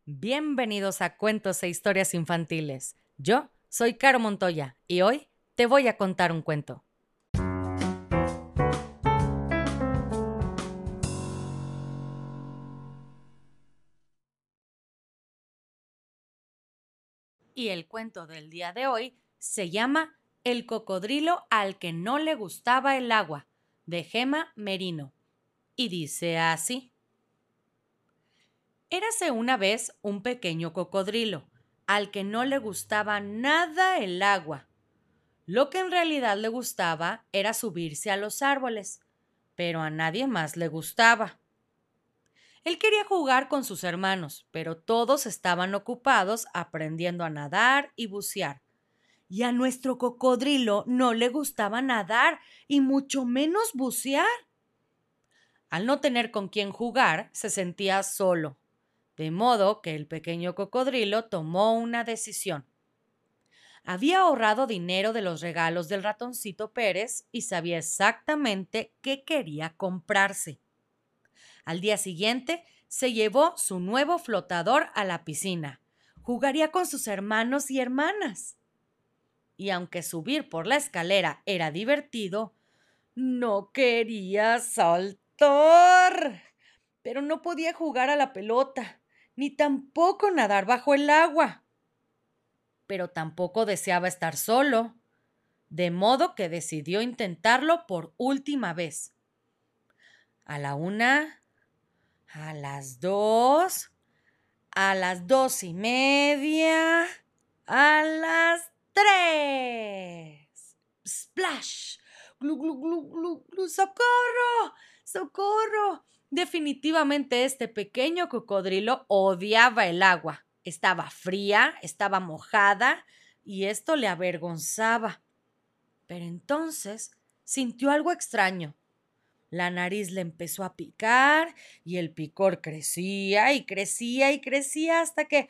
Bienvenidos a Cuentos e Historias Infantiles. Yo soy Caro Montoya y hoy te voy a contar un cuento. Y el cuento del día de hoy se llama El cocodrilo al que no le gustaba el agua, de Gemma Merino. Y dice así. Érase una vez un pequeño cocodrilo, al que no le gustaba nada el agua. Lo que en realidad le gustaba era subirse a los árboles, pero a nadie más le gustaba. Él quería jugar con sus hermanos, pero todos estaban ocupados aprendiendo a nadar y bucear. Y a nuestro cocodrilo no le gustaba nadar y mucho menos bucear. Al no tener con quién jugar, se sentía solo, de modo que el pequeño cocodrilo tomó una decisión. Había ahorrado dinero de los regalos del ratoncito Pérez y sabía exactamente qué quería comprarse. Al día siguiente se llevó su nuevo flotador a la piscina. Jugaría con sus hermanos y hermanas. Y aunque subir por la escalera era divertido, no quería saltar. Pero no podía jugar a la pelota, ni tampoco nadar bajo el agua. Pero tampoco deseaba estar solo, de modo que decidió intentarlo por última vez. A la 1, a las 2, a las 2:30, a las 3. ¡Splash! ¡Glu, glu, glu, glu, glu! ¡Socorro! ¡Socorro! Definitivamente este pequeño cocodrilo odiaba el agua. Estaba fría, estaba mojada y esto le avergonzaba. Pero entonces sintió algo extraño. La nariz le empezó a picar y el picor crecía y crecía y crecía hasta que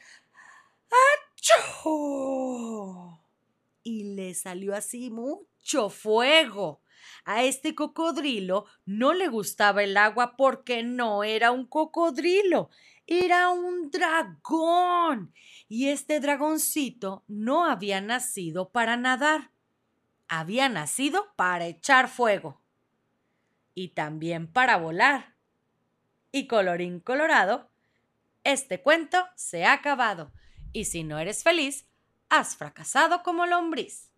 ¡achú! Y le salió así mucho fuego. A este cocodrilo no le gustaba el agua porque no era un cocodrilo, era un dragón. Y este dragoncito no había nacido para nadar, había nacido para echar fuego y también para volar. Y colorín colorado, este cuento se ha acabado. Y si no eres feliz, has fracasado como lombriz.